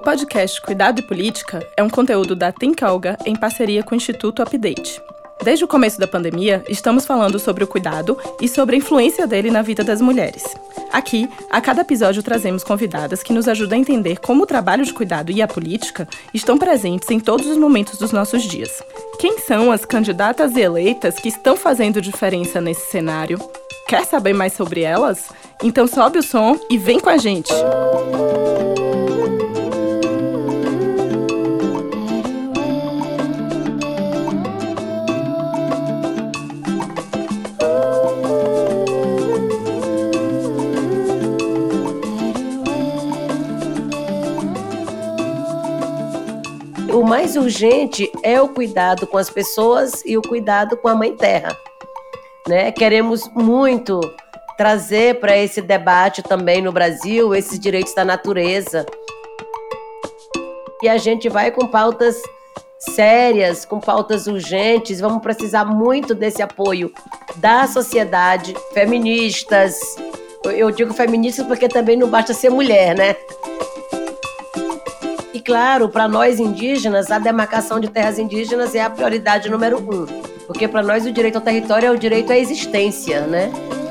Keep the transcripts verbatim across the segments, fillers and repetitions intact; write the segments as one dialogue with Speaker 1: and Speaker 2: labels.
Speaker 1: podcast Cuidado e Política é um conteúdo da Think Olga em parceria com o Instituto Update. Desde o começo da pandemia, estamos falando sobre o cuidado e sobre a influência dele na vida das mulheres. Aqui, a cada episódio trazemos convidadas que nos ajudam a entender como o trabalho de cuidado e a política estão presentes em todos os momentos dos nossos dias. Quem são as candidatas e eleitas que estão fazendo diferença nesse cenário? Quer saber mais sobre elas? Então sobe o som e vem com a gente!
Speaker 2: O mais urgente é o cuidado com as pessoas e o cuidado com a Mãe Terra, né? Queremos muito trazer para esse debate também no Brasil esses direitos da natureza. E a gente vai com pautas sérias, com pautas urgentes. Vamos precisar muito desse apoio da sociedade, feministas. Eu digo feministas porque também não basta ser mulher, né? E claro, para nós indígenas, a demarcação de terras indígenas é a prioridade número um. Porque para nós o direito ao território é o direito à existência, né?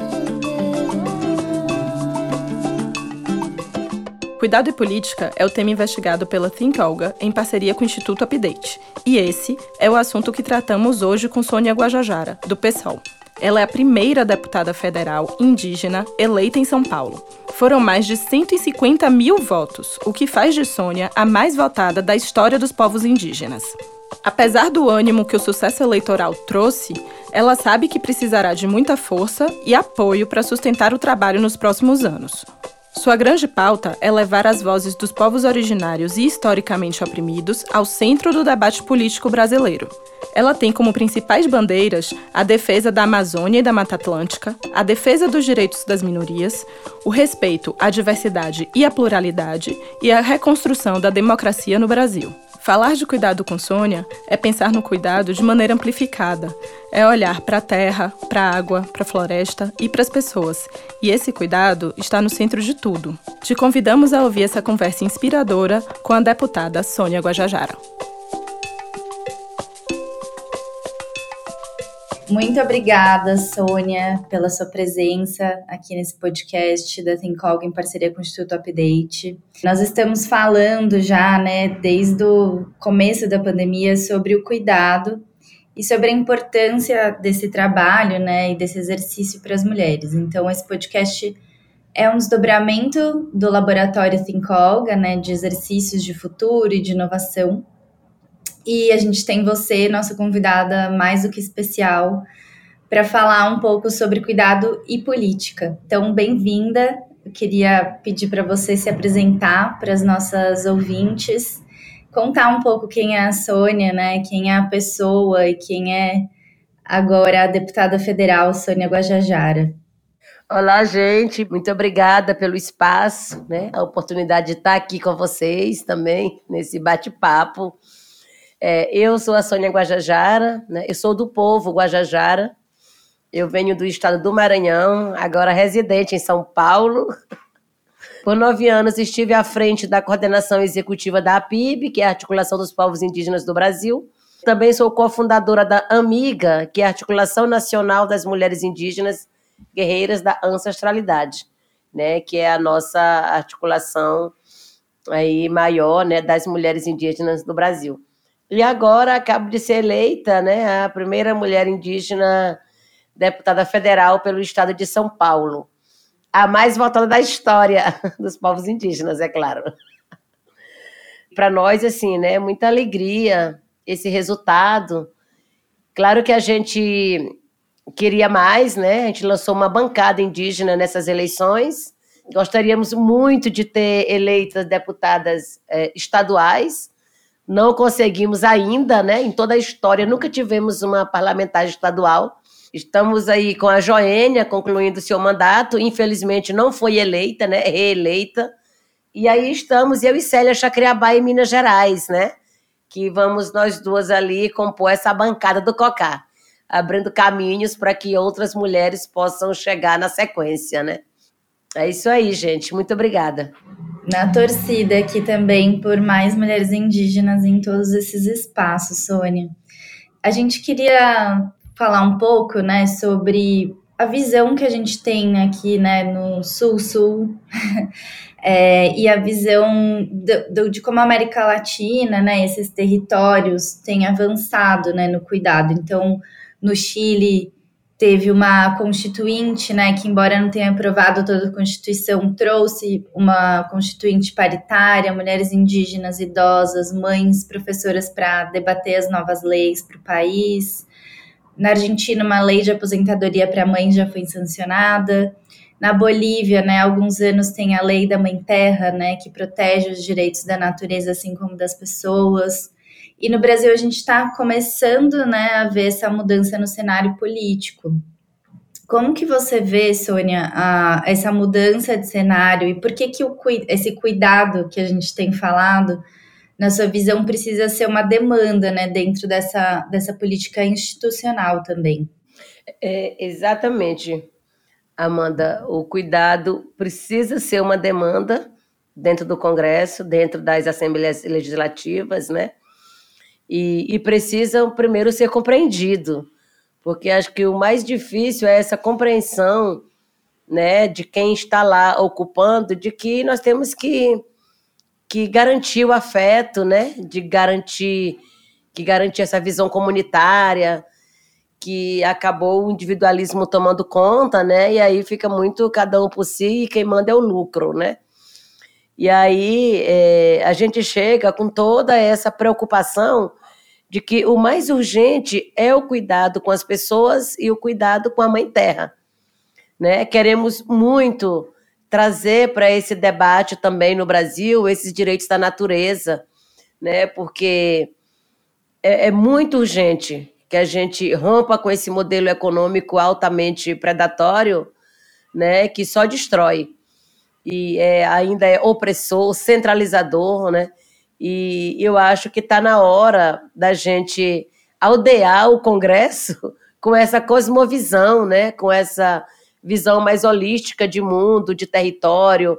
Speaker 1: Cuidado e Política é o tema investigado pela Think Olga em parceria com o Instituto Update. E esse é o assunto que tratamos hoje com Sônia Guajajara, do PSOL. Ela é a primeira deputada federal indígena eleita em São Paulo. Foram mais de cento e cinquenta mil votos, o que faz de Sônia a mais votada da história dos povos indígenas. Apesar do ânimo que o sucesso eleitoral trouxe, ela sabe que precisará de muita força e apoio para sustentar o trabalho nos próximos anos. Sua grande pauta é levar as vozes dos povos originários e historicamente oprimidos ao centro do debate político brasileiro. Ela tem como principais bandeiras a defesa da Amazônia e da Mata Atlântica, a defesa dos direitos das minorias, o respeito à diversidade e à pluralidade e a reconstrução da democracia no Brasil. Falar de cuidado com Sônia é pensar no cuidado de maneira amplificada. É olhar para a terra, para a água, para a floresta e para as pessoas. E esse cuidado está no centro de tudo. Te convidamos a ouvir essa conversa inspiradora com a deputada Sônia Guajajara.
Speaker 3: Muito obrigada, Sônia, pela sua presença aqui nesse podcast da Think Olga em parceria com o Instituto Update. Nós estamos falando já, né, desde o começo da pandemia sobre o cuidado e sobre a importância desse trabalho, né, e desse exercício para as mulheres. Então, esse podcast é um desdobramento do laboratório Think Olga, né, de exercícios de futuro e de inovação. E a gente tem você, nossa convidada mais do que especial, para falar um pouco sobre cuidado e política. Então, bem-vinda. Eu queria pedir para você se apresentar para as nossas ouvintes, contar um pouco quem é a Sônia, né? Quem é a pessoa e quem é agora a deputada federal Sônia Guajajara.
Speaker 2: Olá, gente. Muito obrigada pelo espaço, né? A oportunidade de estar aqui com vocês também nesse bate-papo. É, eu sou a Sônia Guajajara, né? Eu sou do povo Guajajara, eu venho do estado do Maranhão, agora residente em São Paulo. Por nove anos estive à frente da coordenação executiva da A P I B, que é a Articulação dos Povos Indígenas do Brasil. Também sou cofundadora da AMIGA, que é a Articulação Nacional das Mulheres Indígenas Guerreiras da Ancestralidade, né? Que é a nossa articulação aí maior, né, das mulheres indígenas do Brasil. E agora acabo de ser eleita, né, a primeira mulher indígena deputada federal pelo estado de São Paulo. A mais votada da história dos povos indígenas, é claro. Para nós, assim, né, muita alegria esse resultado. Claro que a gente queria mais, né? A gente lançou uma bancada indígena nessas eleições. Gostaríamos muito de ter eleitas deputadas eh, estaduais. Não conseguimos ainda, né? Em toda a história, nunca tivemos uma parlamentar estadual. Estamos aí com a Joênia concluindo seu mandato. Infelizmente, não foi eleita, né? Reeleita. E aí estamos, eu e Célia Chacriabá, em Minas Gerais, né? Que vamos nós duas ali compor essa bancada do Cocá, abrindo caminhos para que outras mulheres possam chegar na sequência, né? É isso aí, gente. Muito obrigada.
Speaker 3: Na torcida aqui também por mais mulheres indígenas em todos esses espaços, Sônia. A gente queria falar um pouco, né, sobre a visão que a gente tem aqui, né, no Sul-Sul, é, e a visão de, de, de como a América Latina, né, esses territórios têm avançado, né, no cuidado. Então, no Chile teve uma constituinte, né, que embora não tenha aprovado toda a Constituição, trouxe uma constituinte paritária, mulheres indígenas, idosas, mães, professoras para debater as novas leis para o país. Na Argentina, uma lei de aposentadoria para mães já foi sancionada. Na Bolívia, né, há alguns anos tem a lei da Mãe Terra, né, que protege os direitos da natureza, assim como das pessoas. E no Brasil a gente está começando, né, a ver essa mudança no cenário político. Como que você vê, Sônia, a, essa mudança de cenário e por que, que o, esse cuidado que a gente tem falado, na sua visão, precisa ser uma demanda, né, dentro dessa, dessa política institucional também?
Speaker 2: É, exatamente, Amanda. O cuidado precisa ser uma demanda dentro do Congresso, dentro das assembleias legislativas, né? E, e precisa primeiro ser compreendido, porque acho que o mais difícil é essa compreensão, né, de quem está lá ocupando, de que nós temos que, que garantir o afeto, né, de garantir, que garantir essa visão comunitária, que acabou o individualismo tomando conta, né, e aí fica muito cada um por si e quem manda é o lucro, né? E aí é, a gente chega com toda essa preocupação de que o mais urgente é o cuidado com as pessoas e o cuidado com a Mãe Terra, né? Queremos muito trazer para esse debate também no Brasil esses direitos da natureza, né? Porque é, é muito urgente que a gente rompa com esse modelo econômico altamente predatório, né? Que só destrói. E é, ainda é opressor, centralizador, né? E eu acho que está na hora da gente aldear o Congresso com essa cosmovisão, né? Com essa visão mais holística de mundo, de território,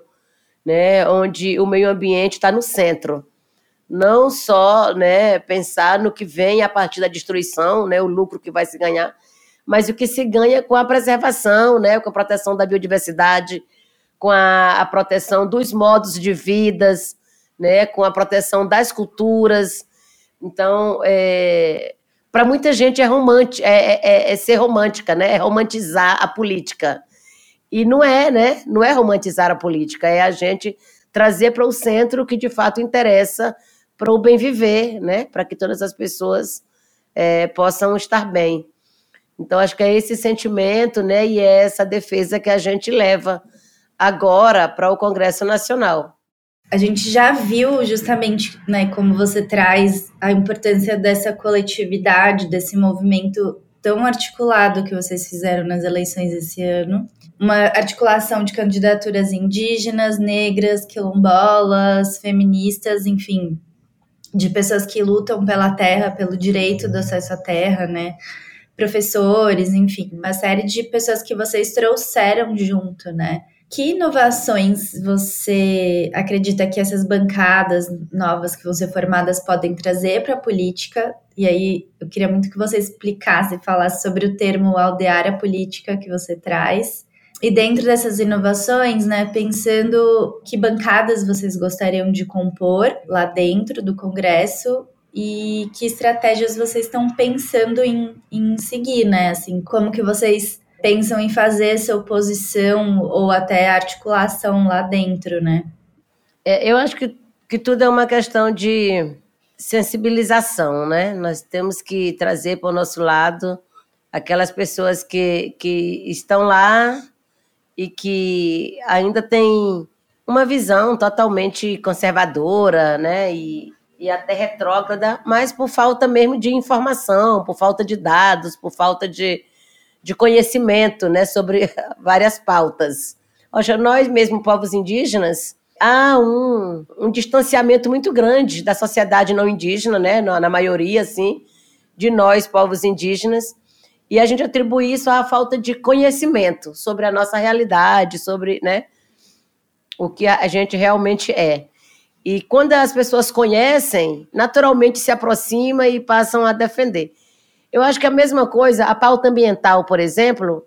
Speaker 2: né? Onde o meio ambiente está no centro. Não só, né, pensar no que vem a partir da destruição, né, o lucro que vai se ganhar, mas o que se ganha com a preservação, né, com a proteção da biodiversidade, com a, a proteção dos modos de vidas, né, com a proteção das culturas. Então, é, para muita gente é, romântica, é, é, é ser romântica, né, é romantizar a política. E não é, né, não é romantizar a política, é a gente trazer para o centro o que de fato interessa para o bem viver, né, para que todas as pessoas é, possam estar bem. Então, acho que é esse sentimento, né, e é essa defesa que a gente leva agora para o Congresso Nacional.
Speaker 3: A gente já viu justamente, né, como você traz a importância dessa coletividade, desse movimento tão articulado que vocês fizeram nas eleições esse ano. Uma articulação de candidaturas indígenas, negras, quilombolas, feministas, enfim, de pessoas que lutam pela terra, pelo direito do acesso à terra, né? Professores, enfim, uma série de pessoas que vocês trouxeram junto, né? Que inovações você acredita que essas bancadas novas que vão ser formadas podem trazer para a política? E aí eu queria muito que você explicasse, falasse sobre o termo aldear a política que você traz. E dentro dessas inovações, né, pensando que bancadas vocês gostariam de compor lá dentro do Congresso e que estratégias vocês estão pensando em, em seguir, né? Assim, como que vocês pensam em fazer essa oposição ou até articulação lá dentro, né?
Speaker 2: É, eu acho que, que tudo é uma questão de sensibilização, né? Nós temos que trazer para o nosso lado aquelas pessoas que, que estão lá e que ainda têm uma visão totalmente conservadora, né? E, e até retrógrada, mas por falta mesmo de informação, por falta de dados, por falta de de conhecimento, né, sobre várias pautas. Hoje, nós mesmo, povos indígenas, há um, um distanciamento muito grande da sociedade não indígena, né, na, na maioria, assim, de nós, povos indígenas, e a gente atribui isso à falta de conhecimento sobre a nossa realidade, sobre, né, o que a gente realmente é. E quando as pessoas conhecem, naturalmente se aproximam e passam a defender. Eu acho que a mesma coisa, a pauta ambiental, por exemplo,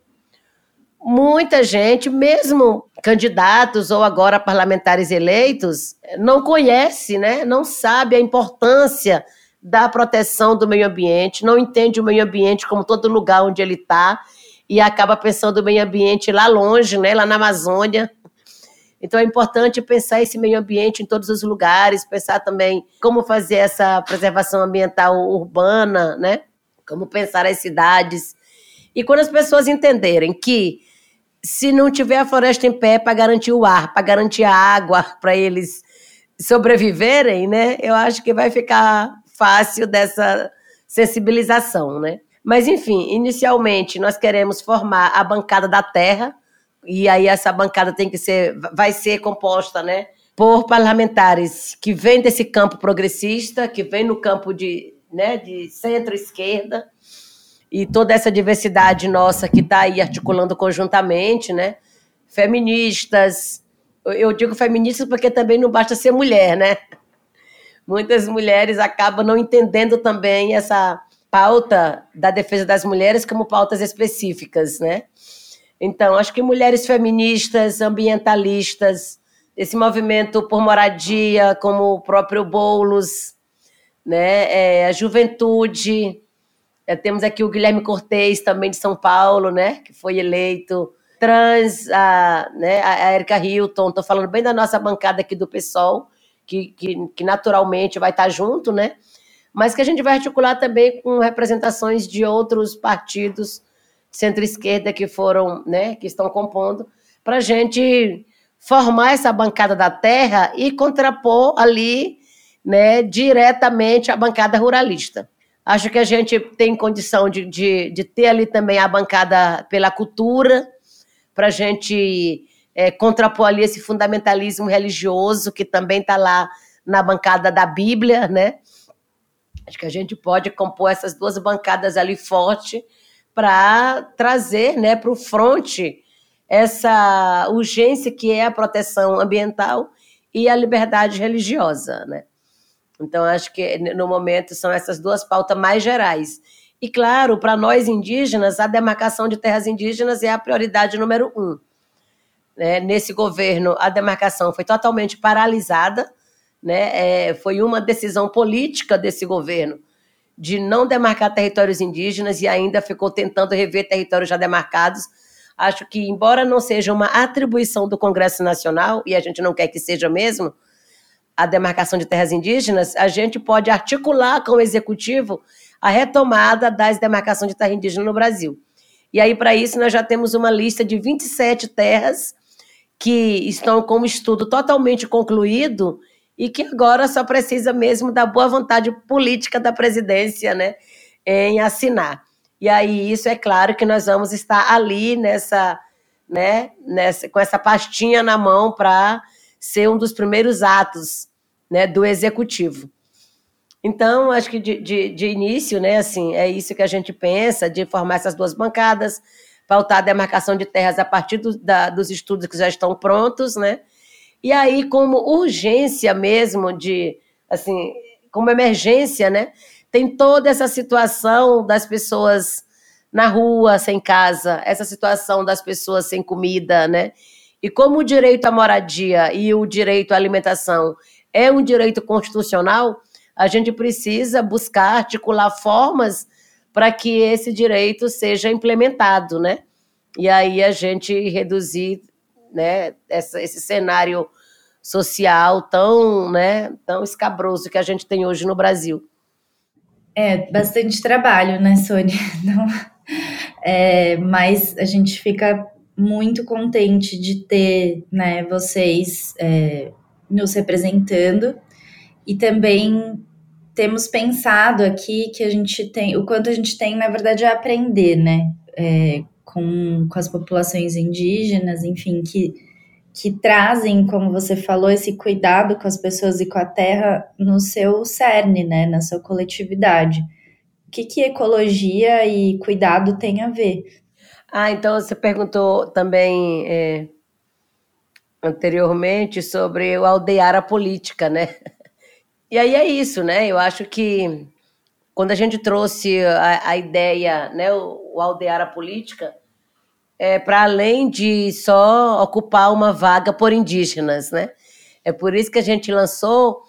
Speaker 2: muita gente, mesmo candidatos ou agora parlamentares eleitos, não conhece, né? Não sabe a importância da proteção do meio ambiente, não entende o meio ambiente como todo lugar onde ele está e acaba pensando o meio ambiente lá longe, né? Lá na Amazônia. Então é importante pensar esse meio ambiente em todos os lugares, pensar também como fazer essa preservação ambiental urbana, né? Como pensar as cidades. E quando as pessoas entenderem que se não tiver a floresta em pé para garantir o ar, para garantir a água, para eles sobreviverem, né? Eu acho que vai ficar fácil dessa sensibilização, né? Mas, enfim, inicialmente nós queremos formar a bancada da terra, e aí essa bancada tem que ser, vai ser composta, né, por parlamentares que vêm desse campo progressista, que vêm no campo de, né, de centro-esquerda, e toda essa diversidade nossa que está aí articulando conjuntamente, né, feministas, eu digo feministas porque também não basta ser mulher, né, muitas mulheres acabam não entendendo também essa pauta da defesa das mulheres como pautas específicas, né, então, acho que mulheres feministas, ambientalistas, esse movimento por moradia, como o próprio Boulos, né? É, a juventude, é, temos aqui o Guilherme Cortez, também de São Paulo, né? Que foi eleito, trans, a, né? a Erika Hilton, estou falando bem da nossa bancada aqui do PSOL, que, que, que naturalmente vai estar junto, né? Mas que a gente vai articular também com representações de outros partidos centro-esquerda que foram, né, que estão compondo, para a gente formar essa bancada da terra e contrapor ali, né, diretamente a bancada ruralista. Acho que a gente tem condição de, de, de ter ali também a bancada pela cultura, para a gente é, contrapor ali esse fundamentalismo religioso que também está lá na bancada da Bíblia, né? Acho que a gente pode compor essas duas bancadas ali forte para trazer, né, para o fronte essa urgência que é a proteção ambiental e a liberdade religiosa, né? Então, acho que no momento são essas duas pautas mais gerais. E, claro, para nós indígenas, a demarcação de terras indígenas é a prioridade número um. Né? Nesse governo, a demarcação foi totalmente paralisada, né? É, foi uma decisão política desse governo de não demarcar territórios indígenas e ainda ficou tentando rever territórios já demarcados. Acho que, embora não seja uma atribuição do Congresso Nacional, e a gente não quer que seja mesmo, a demarcação de terras indígenas, a gente pode articular com o Executivo a retomada das demarcações de terra indígena no Brasil. E aí, para isso, nós já temos uma lista de vinte e sete terras que estão com o estudo totalmente concluído e que agora só precisa mesmo da boa vontade política da presidência, né, em assinar. E aí, isso é claro que nós vamos estar ali nessa, né, nessa, com essa pastinha na mão para ser um dos primeiros atos, né, do Executivo. Então, acho que de, de, de início, né, assim, é isso que a gente pensa, de formar essas duas bancadas, pautar a demarcação de terras a partir do, da, dos estudos que já estão prontos, né, e aí, como urgência mesmo de, assim, como emergência, né, tem toda essa situação das pessoas na rua, sem casa, essa situação das pessoas sem comida, né, e como o direito à moradia e o direito à alimentação é um direito constitucional, a gente precisa buscar articular formas para que esse direito seja implementado, né, e aí a gente reduzir, né, essa, esse cenário social tão, né, tão escabroso que a gente tem hoje no Brasil.
Speaker 3: É, bastante trabalho, né, Sônia? Não, é, mas a gente fica muito contente de ter, né, vocês é, nos representando e também temos pensado aqui que a gente tem, o quanto a gente tem, na verdade, a aprender, né, é, com, com as populações indígenas, enfim, que, que trazem, como você falou, esse cuidado com as pessoas e com a terra no seu cerne, né, na sua coletividade. O que, que ecologia e cuidado tem a ver?
Speaker 2: Ah, então você perguntou também é, anteriormente sobre o aldear a política, né? E aí é isso, né? Eu acho que quando a gente trouxe a, a ideia, né, o, o aldear a política, é para além de só ocupar uma vaga por indígenas, né? É por isso que a gente lançou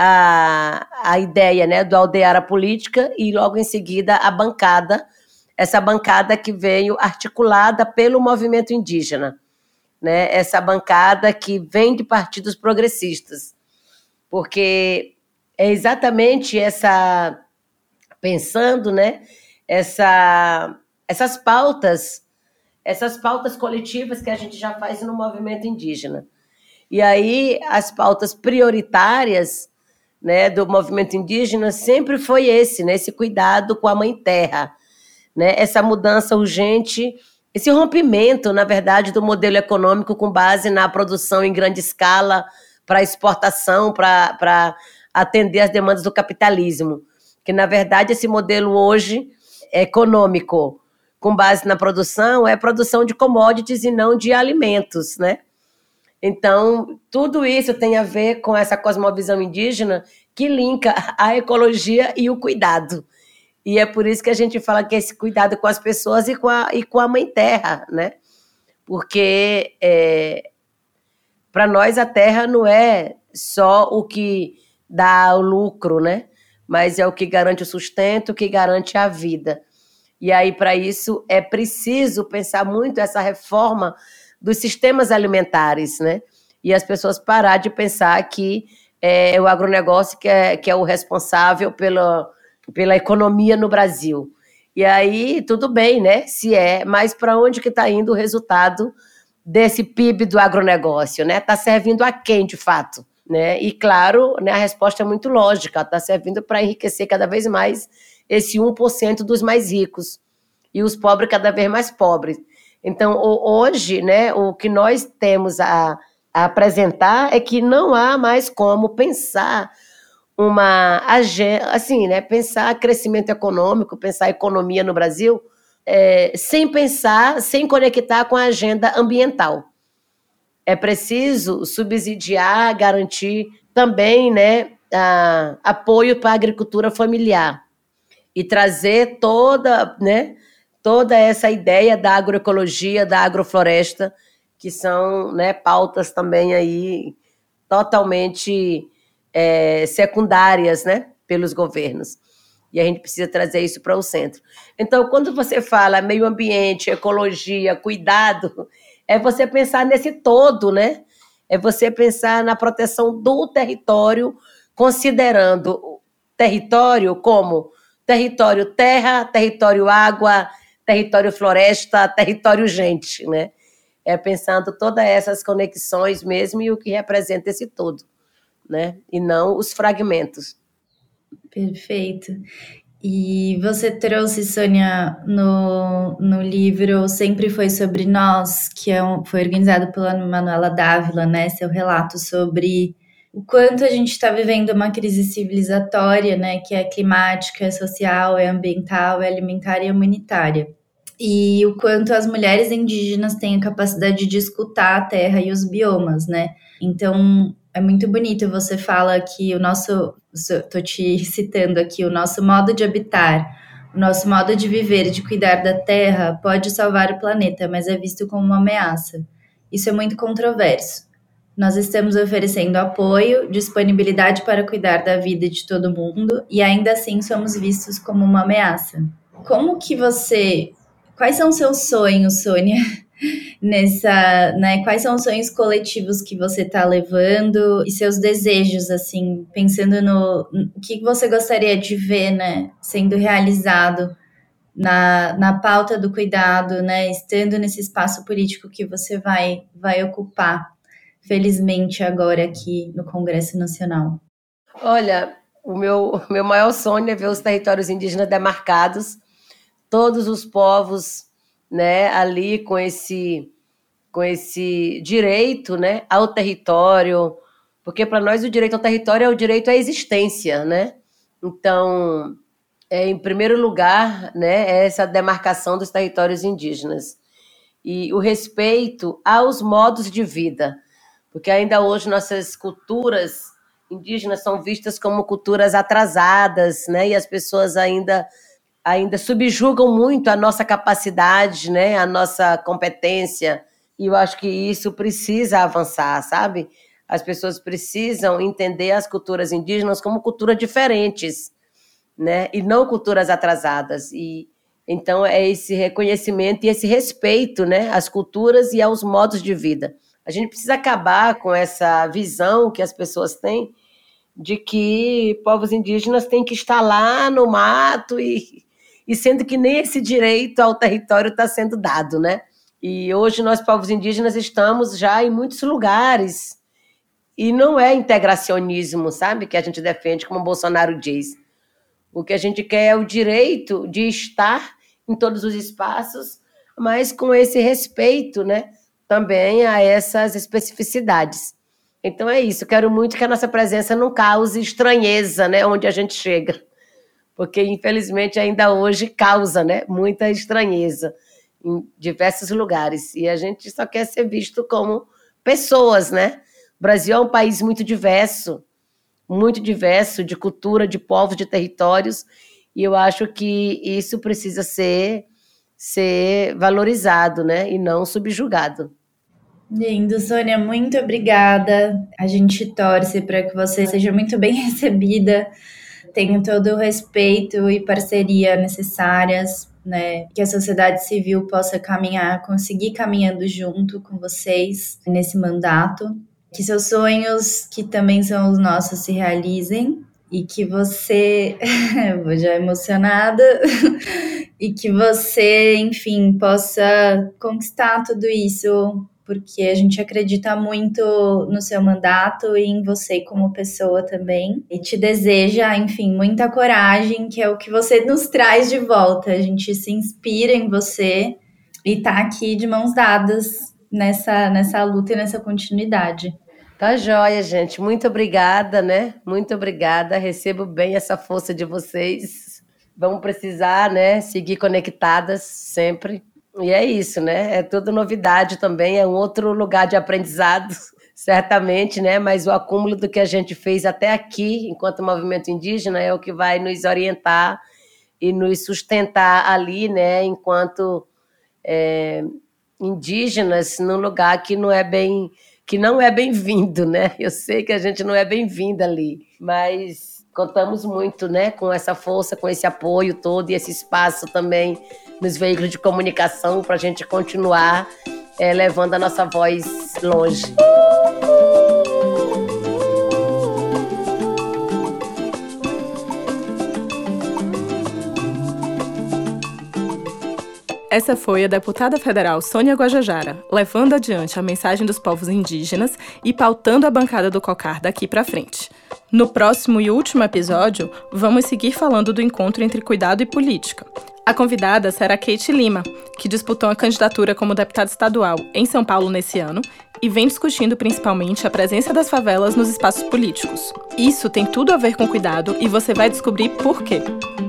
Speaker 2: a, a ideia, né, do aldear a política e logo em seguida a bancada, essa bancada que veio articulada pelo movimento indígena, né? Essa bancada que vem de partidos progressistas, porque é exatamente essa, pensando, né, essa, essas pautas, essas pautas coletivas que a gente já faz no movimento indígena. E aí as pautas prioritárias, né, do movimento indígena sempre foi esse, né, esse cuidado com a mãe terra, né, essa mudança urgente, esse rompimento, na verdade, do modelo econômico com base na produção em grande escala para exportação, para atender às demandas do capitalismo. Que, na verdade, esse modelo hoje econômico com base na produção é produção de commodities e não de alimentos, né? Então, tudo isso tem a ver com essa cosmovisão indígena que linka a ecologia e o cuidado. E é por isso que a gente fala que é esse cuidado com as pessoas e com a, e com a mãe terra, né? Porque é, para nós a terra não é só o que dá o lucro, né? Mas é o que garante o sustento, o que garante a vida. E aí, para isso, é preciso pensar muito essa reforma dos sistemas alimentares, né? E as pessoas parar de pensar que é o agronegócio que é, que é o responsável pela, pela economia no Brasil. E aí, tudo bem, né? Se é, mas para onde que está indo o resultado desse P I B do agronegócio, né? Está servindo a quem, de fato? Né? E, claro, né, a resposta é muito lógica, está servindo para enriquecer cada vez mais esse um por cento dos mais ricos e os pobres cada vez mais pobres. Então, hoje, né, o que nós temos a, a apresentar é que não há mais como pensar uma agenda, assim, né, pensar crescimento econômico, pensar economia no Brasil, é, sem pensar, sem conectar com a agenda ambiental. É preciso subsidiar, garantir também, né, a, apoio para a agricultura familiar e trazer toda, né, toda essa ideia da agroecologia, da agrofloresta, que são, né, pautas também aí totalmente é, secundárias, né, pelos governos. E a gente precisa trazer isso para o centro. Então, quando você fala meio ambiente, ecologia, cuidado, é você pensar nesse todo, né? É você pensar na proteção do território, considerando o território como território terra, território água, território floresta, território gente, né? É pensando todas essas conexões mesmo e o que representa esse todo, né? E não os fragmentos.
Speaker 3: Perfeito. E você trouxe, Sônia, no, no livro Sempre Foi Sobre Nós, que é um, foi organizado pela Manuela Dávila, né? Seu relato sobre o quanto a gente está vivendo uma crise civilizatória, né? Que é climática, é social, é ambiental, é alimentar e é humanitária. E o quanto as mulheres indígenas têm a capacidade de escutar a terra e os biomas, né? Então, é muito bonito, você fala que o nosso, estou te citando aqui, o nosso modo de habitar, o nosso modo de viver, de cuidar da terra, pode salvar o planeta, mas é visto como uma ameaça. Isso é muito controverso. Nós estamos oferecendo apoio, disponibilidade para cuidar da vida de todo mundo, e ainda assim somos vistos como uma ameaça. Como que você... Quais são os seus sonhos, Sônia? Nessa, né, quais são os sonhos coletivos que você está levando e seus desejos, assim, pensando no, no que você gostaria de ver, né, sendo realizado na, na pauta do cuidado, né, estando nesse espaço político que você vai, vai ocupar, felizmente, agora aqui no Congresso Nacional?
Speaker 2: Olha, o meu, o meu maior sonho é ver os territórios indígenas demarcados, todos os povos, né, ali com esse, com esse direito, né, ao território, porque para nós o direito ao território é o direito à existência, né? Então, é, em primeiro lugar, né, é essa demarcação dos territórios indígenas e o respeito aos modos de vida, Porque ainda hoje nossas culturas indígenas são vistas como culturas atrasadas, né? E as pessoas ainda, ainda subjugam muito a nossa capacidade, né? A nossa competência. E eu acho que isso precisa avançar, sabe? As pessoas precisam entender as culturas indígenas como culturas diferentes, né? E não culturas atrasadas. E então é esse reconhecimento e esse respeito, né? Às culturas e aos modos de vida. A gente precisa acabar com essa visão que as pessoas têm de que povos indígenas têm que estar lá no mato e, e sendo que nem esse direito ao território está sendo dado, né? E hoje nós, povos indígenas, estamos já em muitos lugares e não é integracionismo, sabe, que a gente defende, como o Bolsonaro diz. O que a gente quer é o direito de estar em todos os espaços, mas com esse respeito, né, também a essas especificidades. Então é isso, quero muito que a nossa presença não cause estranheza, né, onde a gente chega, porque infelizmente ainda hoje causa, né, muita estranheza em diversos lugares, e a gente só quer ser visto como pessoas, né? O Brasil é um país muito diverso, muito diverso, de cultura, de povos, de territórios, e eu acho que isso precisa ser, ser valorizado, né? E não subjugado.
Speaker 3: Lindo, Sônia, muito obrigada. A gente torce para que você seja muito bem recebida, tenha todo o respeito e parceria necessárias, né? Que a sociedade civil possa caminhar, conseguir caminhando junto com vocês nesse mandato. Que seus sonhos, que também são os nossos, se realizem. E que você... Vou já emocionada. E que você, enfim, possa conquistar tudo isso, porque a gente acredita muito no seu mandato e em você como pessoa também. E te deseja, enfim, muita coragem, que é o que você nos traz de volta. A gente se inspira em você e tá aqui de mãos dadas nessa, nessa luta e nessa continuidade.
Speaker 2: Tá joia, gente. Muito obrigada, né? Muito obrigada. Recebo bem essa força de vocês. Vamos precisar, né? Seguir conectadas sempre. E é isso, né? É tudo novidade também, é um outro lugar de aprendizado, certamente, né? Mas o acúmulo do que a gente fez até aqui, enquanto movimento indígena, é o que vai nos orientar e nos sustentar ali, né? Enquanto é, indígenas, num lugar que não é bem, que não é bem-vindo, né? Eu sei que a gente não é bem-vinda ali, mas contamos muito, né? Com essa força, com esse apoio todo e esse espaço também nos veículos de comunicação para a gente continuar é, levando a nossa voz longe.
Speaker 1: Essa foi a deputada federal Sônia Guajajara, levando adiante a mensagem dos povos indígenas e pautando a bancada do COCAR daqui para frente. No próximo e último episódio, vamos seguir falando do encontro entre cuidado e política. A convidada será Kate Lima, que disputou a candidatura como deputada estadual em São Paulo nesse ano e vem discutindo principalmente a presença das favelas nos espaços políticos. Isso tem tudo a ver com cuidado e você vai descobrir por quê.